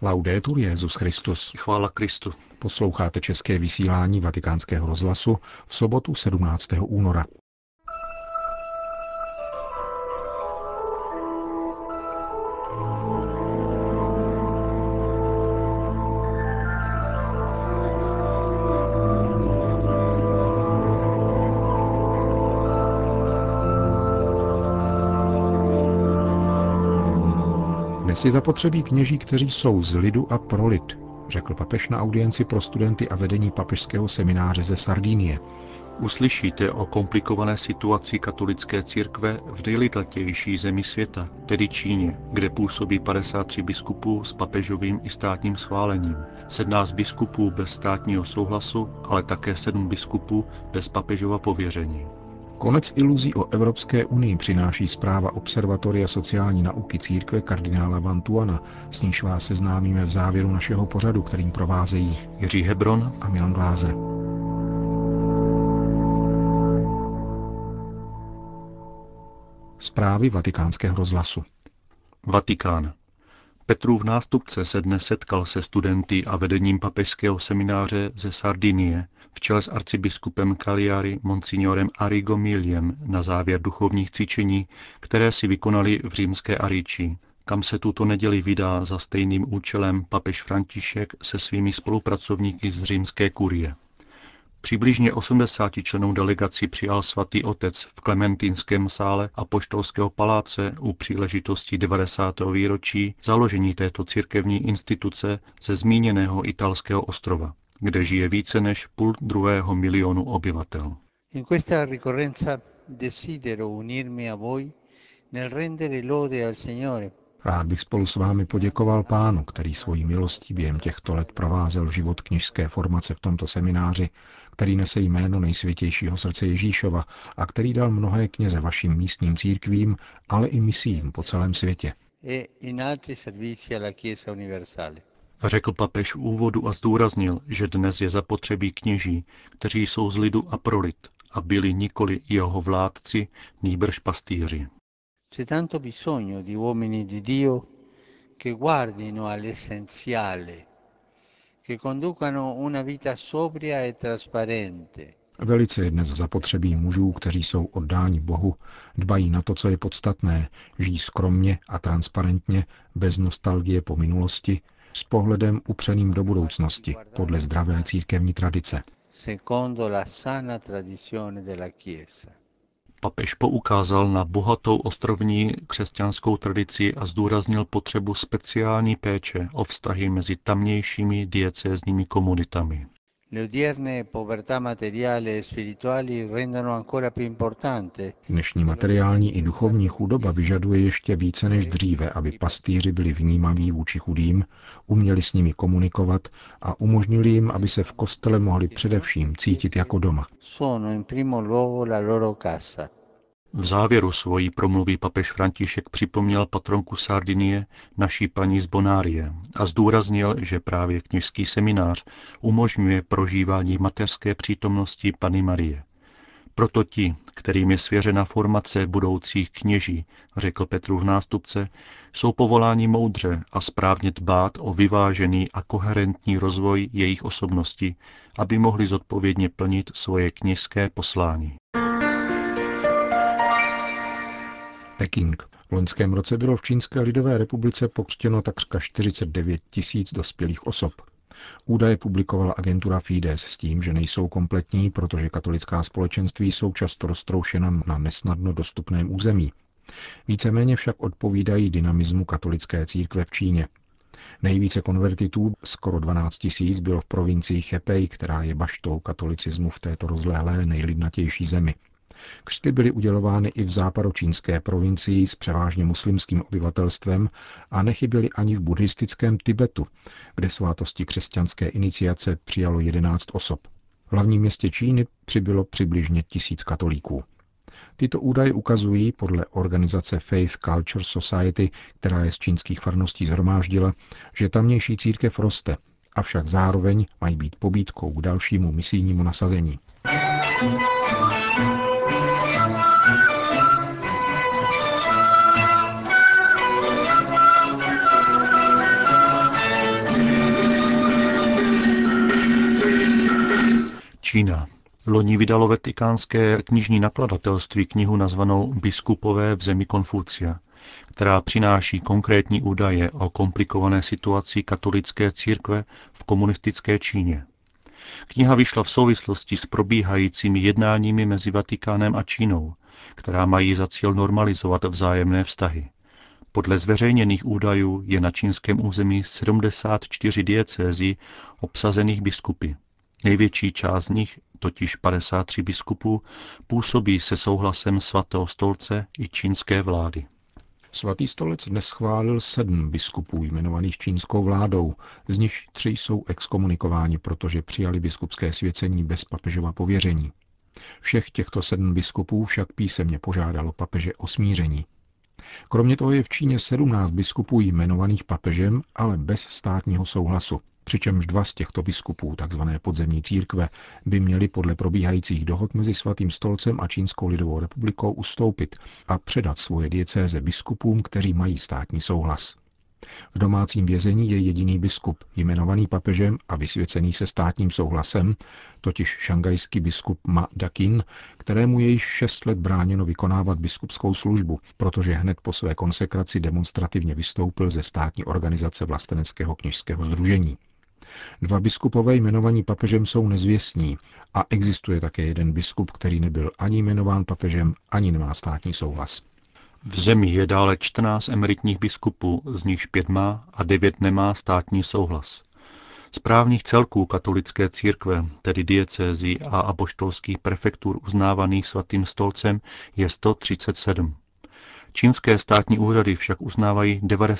Laudetur Jesus Christus. Chvála Kristu. Posloucháte české vysílání Vatikánského rozhlasu v sobotu 17. února. Dnes je zapotřebí kněží, kteří jsou z lidu a pro lid, řekl papež na audienci pro studenty a vedení papežského semináře ze Sardinie. Uslyšíte o komplikované situaci katolické církve v nejlidnatější zemi světa, tedy Číně, kde působí 53 biskupů s papežovým i státním schválením, 17 biskupů bez státního souhlasu, ale také 7 biskupů bez papežova pověření. Konec iluzí o Evropské unii přináší zpráva Observatoria sociální nauky církve kardinála Vantuana, s níž vás seznámíme v závěru našeho pořadu, kterým provázejí Jiří Hebron a Milan Glázer. Zprávy Vatikánského rozhlasu. Vatikán. Petrův nástupce se dnes setkal se studenty a vedením papežského semináře ze Sardinie v čele s arcibiskupem Cagliari monsignorem Arrigo Miliem na závěr duchovních cvičení, které si vykonali v římské Ariči, kam se tuto neděli vydá za stejným účelem papež František se svými spolupracovníky z římské kurie. Přibližně 80 členů delegaci přijal svatý otec v Klementínském sále Apoštolského paláce u příležitosti 90. výročí založení této církevní instituce ze zmíněného italského ostrova, kde žije více než 1,5 milionu obyvatel. In questa ricorrenza desidero unirmi a voi nel rendere lode al Signore. Rád bych spolu s vámi poděkoval Pánu, který svojí milostí během těchto let provázel život kněžské formace v tomto semináři, který nese jméno Nejsvětějšího srdce Ježíšova a který dal mnohé kněze vašim místním církvím, ale i misiím po celém světě. Řekl papež v úvodu a zdůraznil, že dnes je zapotřebí kněží, kteří jsou z lidu a pro lid a byli nikoli jeho vládci, nýbrž pastýři. C'è tanto bisogno di uomini di Dio che guardino all'essenziale, che conducano una vita sobria e trasparente. Velice je dnes zapotřebí mužů, kteří jsou oddáni Bohu, dbají na to, co je podstatné, žijí skromně a transparentně, bez nostalgie po minulosti, s pohledem upřeným do budoucnosti, podle zdravé církevní tradice. Secondo la sana tradizione della Chiesa. Papež poukázal na bohatou ostrovní křesťanskou tradici a zdůraznil potřebu speciální péče o vztahy mezi tamnějšími diecézními komunitami. Le odierne povertà materiali e spirituali rendono ancora più importante. Dnešní materiální i duchovní chudoba vyžaduje ještě více než dříve, aby pastýři byli vnímaví vůči chudým, uměli s nimi komunikovat a umožnili jim, aby se v kostele mohli především cítit jako doma. Sono in primo luogo la loro casa. V závěru svojí promluvy papež František připomněl patronku Sardinie, naší paní z Bonárie, a zdůraznil, že právě kněžský seminář umožňuje prožívání mateřské přítomnosti Panny Marie. Proto ti, kterým je svěřena formace budoucích kněží, řekl Petrův nástupce, jsou povoláni moudře a správně dbát o vyvážený a koherentní rozvoj jejich osobnosti, aby mohli zodpovědně plnit svoje kněžské poslání. Peking. V loňském roce bylo v Čínské lidové republice pokřtěno takřka 49 000 dospělých osob. Údaje publikovala agentura Fides s tím, že nejsou kompletní, protože katolická společenství jsou často roztroušena na nesnadno dostupném území. Víceméně však odpovídají dynamismu katolické církve v Číně. Nejvíce konvertitů, skoro 12 000, bylo v provincii Hebei, která je baštou katolicismu v této rozlehlé nejlidnatější zemi. Křty byly udělovány i v západočínské provincii s převážně muslimským obyvatelstvem a nechyběly ani v buddhistickém Tibetu, kde svátosti křesťanské iniciace přijalo 11 osob. V hlavním městě Číny přibylo přibližně 1000 katolíků. Tyto údaje ukazují podle organizace Faith Culture Society, která je z čínských farností shromáždila, že tamnější církev roste, avšak zároveň mají být pobídkou k dalšímu misijnímu nasazení. Čína. Loni vydalo vatikánské knižní nakladatelství knihu nazvanou Biskupové v zemi Konfucia, která přináší konkrétní údaje o komplikované situaci katolické církve v komunistické Číně. Kniha vyšla v souvislosti s probíhajícími jednáními mezi Vatikánem a Čínou, která mají za cíl normalizovat vzájemné vztahy. Podle zveřejněných údajů je na čínském území 74 diecézí obsazených biskupy. Největší část z nich, totiž 53 biskupů, působí se souhlasem Svatého stolce i čínské vlády. Svatý stolec dnes schválil 7 biskupů jmenovaných čínskou vládou, z nich 3 jsou exkomunikováni, protože přijali biskupské svěcení bez papežova pověření. Všech těchto 7 biskupů však písemně požádalo papeže o smíření. Kromě toho je v Číně 17 biskupů jmenovaných papežem, ale bez státního souhlasu, přičemž 2 z těchto biskupů, takzvané podzemní církve, by měli podle probíhajících dohod mezi Svatým stolcem a Čínskou lidovou republikou ustoupit a předat svoje diecéze biskupům, kteří mají státní souhlas. V domácím vězení je jediný biskup, jmenovaný papežem a vysvěcený se státním souhlasem, totiž šanghajský biskup Ma Dakin, kterému je již 6 let bráněno vykonávat biskupskou službu, protože hned po své konsekraci demonstrativně vystoupil ze státní organizace vlasteneckého kněžského sdružení. 2 biskupové jmenovaní papežem jsou nezvěstní a existuje také jeden biskup, který nebyl ani jmenován papežem, ani nemá státní souhlas. V zemi je dále 14 emeritních biskupů, z nichž 5 má a 9 nemá státní souhlas. Správních celků katolické církve, tedy diecézí a apoštolských prefektur uznávaných Svatým stolcem, je 137. Čínské státní úřady však uznávají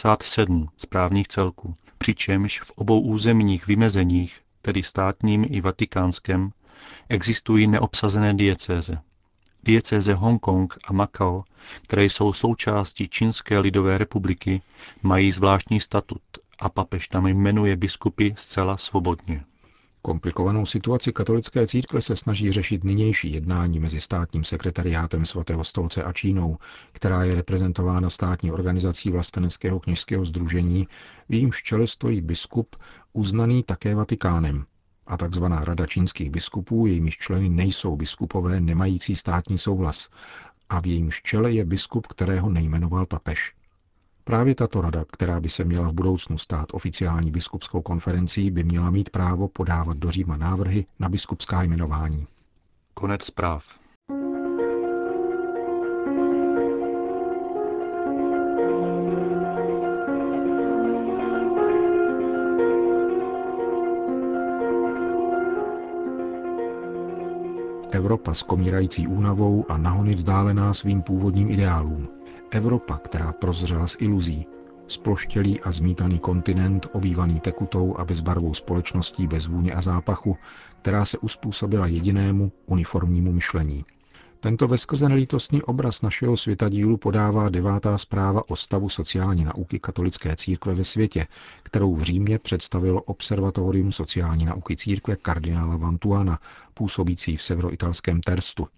97 správních celků, přičemž v obou územních vymezeních, tedy státním i vatikánském, existují neobsazené diecéze. Diecéze Hongkong a Macao, které jsou součástí Čínské lidové republiky, mají zvláštní statut a papež tam jmenuje biskupy zcela svobodně. Komplikovanou situaci katolické církve se snaží řešit nynější jednání mezi státním sekretariátem Svatého stolce a Čínou, která je reprezentována státní organizací vlasteneckého kněžského sdružení, v jejímž čele stojí biskup, uznaný také Vatikánem, a takzvaná Rada čínských biskupů, jejímiž členy nejsou biskupové nemající státní souhlas, a v jejímž čele je biskup, kterého nejmenoval papež. Právě tato rada, která by se měla v budoucnu stát oficiální biskupskou konferencí, by měla mít právo podávat do Říma návrhy na biskupská jmenování. Konec zpráv. Evropa skomírající únavou a nahony vzdálená svým původním ideálům. Evropa, která prozřela z iluzí. Sploštělý a zmítaný kontinent, obývaný tekutou a bezbarvou společností bez vůně a zápachu, která se uspůsobila jedinému uniformnímu myšlení. Tento veskrze nelítostný obraz našeho světadílu podává 9. zpráva o stavu sociální nauky katolické církve ve světě, kterou v Římě představilo Observatorium sociální nauky církve kardinála Vantuana, působící v severoitalském Terstu.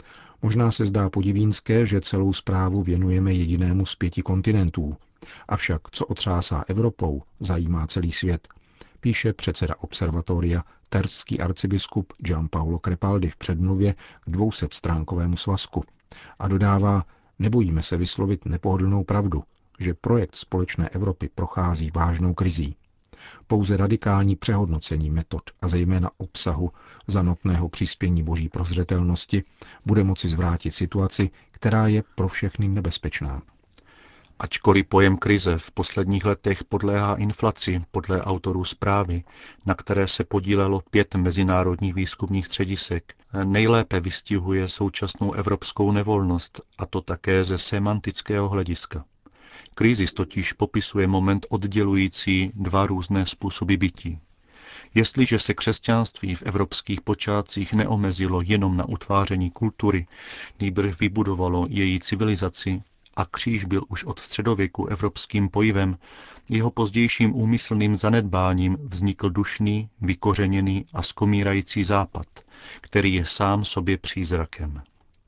Možná se zdá podivínské, že celou zprávu věnujeme jedinému z 5 kontinentů. Avšak co otřásá Evropou, zajímá celý svět, píše předseda observatoria, terský arcibiskup Gianpaolo Crepaldi v předmluvě k 200stránkovému svazku a dodává, nebojíme se vyslovit nepohodlnou pravdu, že projekt společné Evropy prochází vážnou krizí. Pouze radikální přehodnocení metod a zejména obsahu za notného přispění boží prozřetelnosti bude moci zvrátit situaci, která je pro všechny nebezpečná. Ačkoliv pojem krize v posledních letech podléhá inflaci podle autorů zprávy, na které se podílelo 5 mezinárodních výzkumných středisek, nejlépe vystihuje současnou evropskou nevolnost, a to také ze semantického hlediska. Krizis totiž popisuje moment oddělující 2 různé způsoby bytí. Jestliže se křesťanství v evropských počátcích neomezilo jenom na utváření kultury, nýbrž vybudovalo její civilizaci, a kříž byl už od středověku evropským pojivem, jeho pozdějším úmyslným zanedbáním vznikl dušný, vykořeněný a skomírající západ, který je sám sobě přízrakem.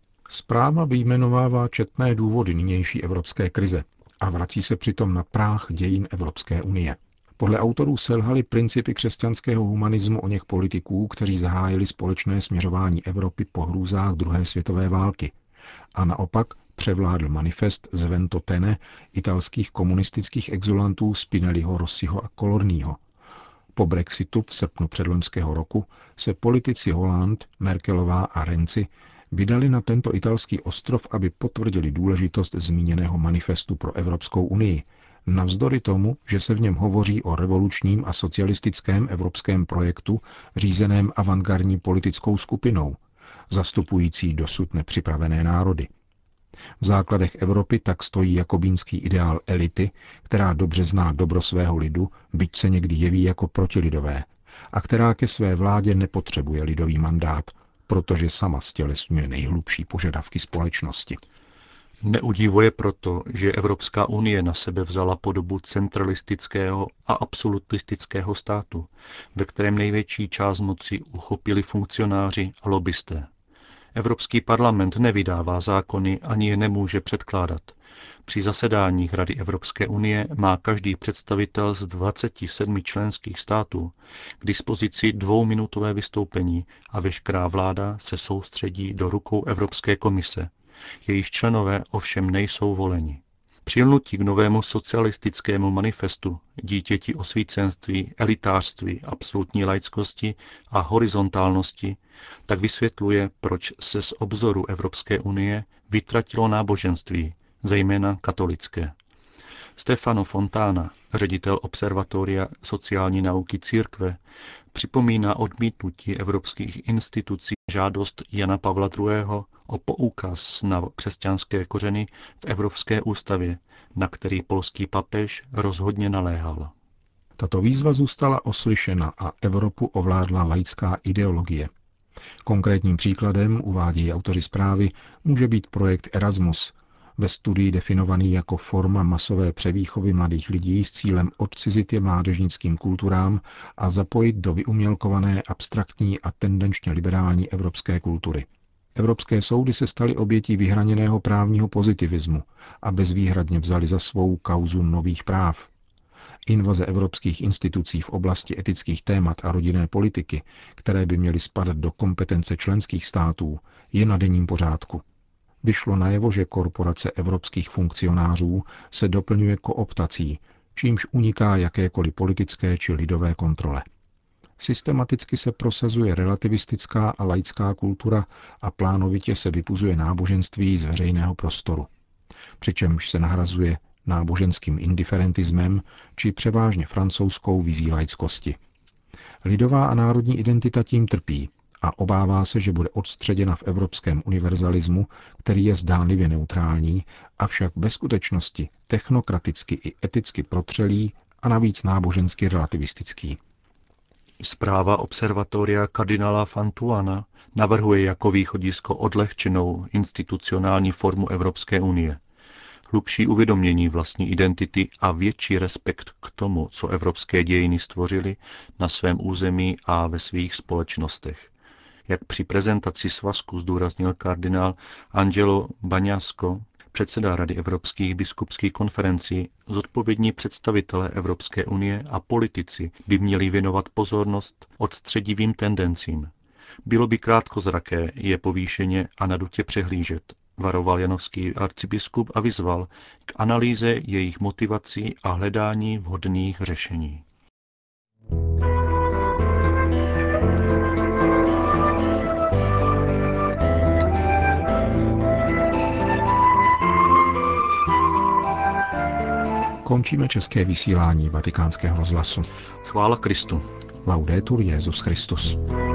Zpráva vyjmenovává četné důvody nynější evropské krize a vrací se přitom na práh dějin Evropské unie. Podle autorů selhaly principy křesťanského humanismu oněch politiků, kteří zahájili společné směřování Evropy po hrůzách druhé světové války. A naopak převládl manifest z Ventotene italských komunistických exulantů Spinelliho, Rossiho a Colorniho. Po Brexitu v srpnu předloňského roku se politici Hollande, Merkelová a Renzi vydali na tento italský ostrov, aby potvrdili důležitost zmíněného manifestu pro Evropskou unii, navzdory tomu, že se v něm hovoří o revolučním a socialistickém evropském projektu řízeném avantgardní politickou skupinou, zastupující dosud nepřipravené národy. V základech Evropy tak stojí jakobínský ideál elity, která dobře zná dobro svého lidu, byť se někdy jeví jako protilidové, a která ke své vládě nepotřebuje lidový mandát, protože sama stělesňuje nejhlubší požadavky společnosti. Neudivuje proto, že Evropská unie na sebe vzala podobu centralistického a absolutistického státu, ve kterém největší část moci uchopili funkcionáři a lobbysté. Evropský parlament nevydává zákony ani je nemůže předkládat. Při zasedáních Rady Evropské unie má každý představitel z 27 členských států k dispozici 2minutové vystoupení a veškerá vláda se soustředí do rukou Evropské komise. Jejíž členové ovšem nejsou voleni. Přilnutí k novému socialistickému manifestu, dítěti osvícenství, elitářství, absolutní laickosti a horizontálnosti, tak vysvětluje, proč se z obzoru Evropské unie vytratilo náboženství, zejména katolické. Stefano Fontana, ředitel Observatoria sociální nauky církve, připomíná odmítnutí evropských institucí žádost Jana Pavla II. O poukaz na křesťanské kořeny v Evropské ústavě, na který polský papež rozhodně naléhal. Tato výzva zůstala oslyšena a Evropu ovládla laická ideologie. Konkrétním příkladem, uvádí autoři zprávy, může být projekt Erasmus, ve studii definovaný jako forma masové převýchovy mladých lidí s cílem odcizit je mládežnickým kulturám a zapojit do vyumělkované, abstraktní a tendenčně liberální evropské kultury. Evropské soudy se staly obětí vyhraněného právního pozitivismu a bezvýhradně vzali za svou kauzu nových práv. Invaze evropských institucí v oblasti etických témat a rodinné politiky, které by měly spadat do kompetence členských států, je na denním pořádku. Vyšlo najevo, že korporace evropských funkcionářů se doplňuje kooptací, čímž uniká jakékoliv politické či lidové kontrole. Systematicky se prosazuje relativistická a laická kultura a plánovitě se vypuzuje náboženství z veřejného prostoru. Přičemž se nahrazuje náboženským indiferentismem či převážně francouzskou vizí laickosti. Lidová a národní identita tím trpí a obává se, že bude odstředěna v evropském univerzalismu, který je zdánlivě neutrální, avšak ve skutečnosti technokraticky i eticky protřelý a navíc nábožensky relativistický. Zpráva Observatoria kardinála Fantuana navrhuje jako východisko odlehčenou institucionální formu Evropské unie. Hlubší uvědomění vlastní identity a větší respekt k tomu, co evropské dějiny stvořily na svém území a ve svých společnostech. Jak při prezentaci svazku zdůraznil kardinál Angelo Bagnasco, předseda Rady evropských biskupských konferencí, zodpovědní představitelé Evropské unie a politici by měli věnovat pozornost odstředivým tendencím. Bylo by krátkozraké je povýšeně a nadutě přehlížet, varoval janovský arcibiskup a vyzval k analýze jejich motivací a hledání vhodných řešení. Končíme české vysílání Vatikánského rozhlasu. Chvála Kristu. Laudetur Jesus Christus.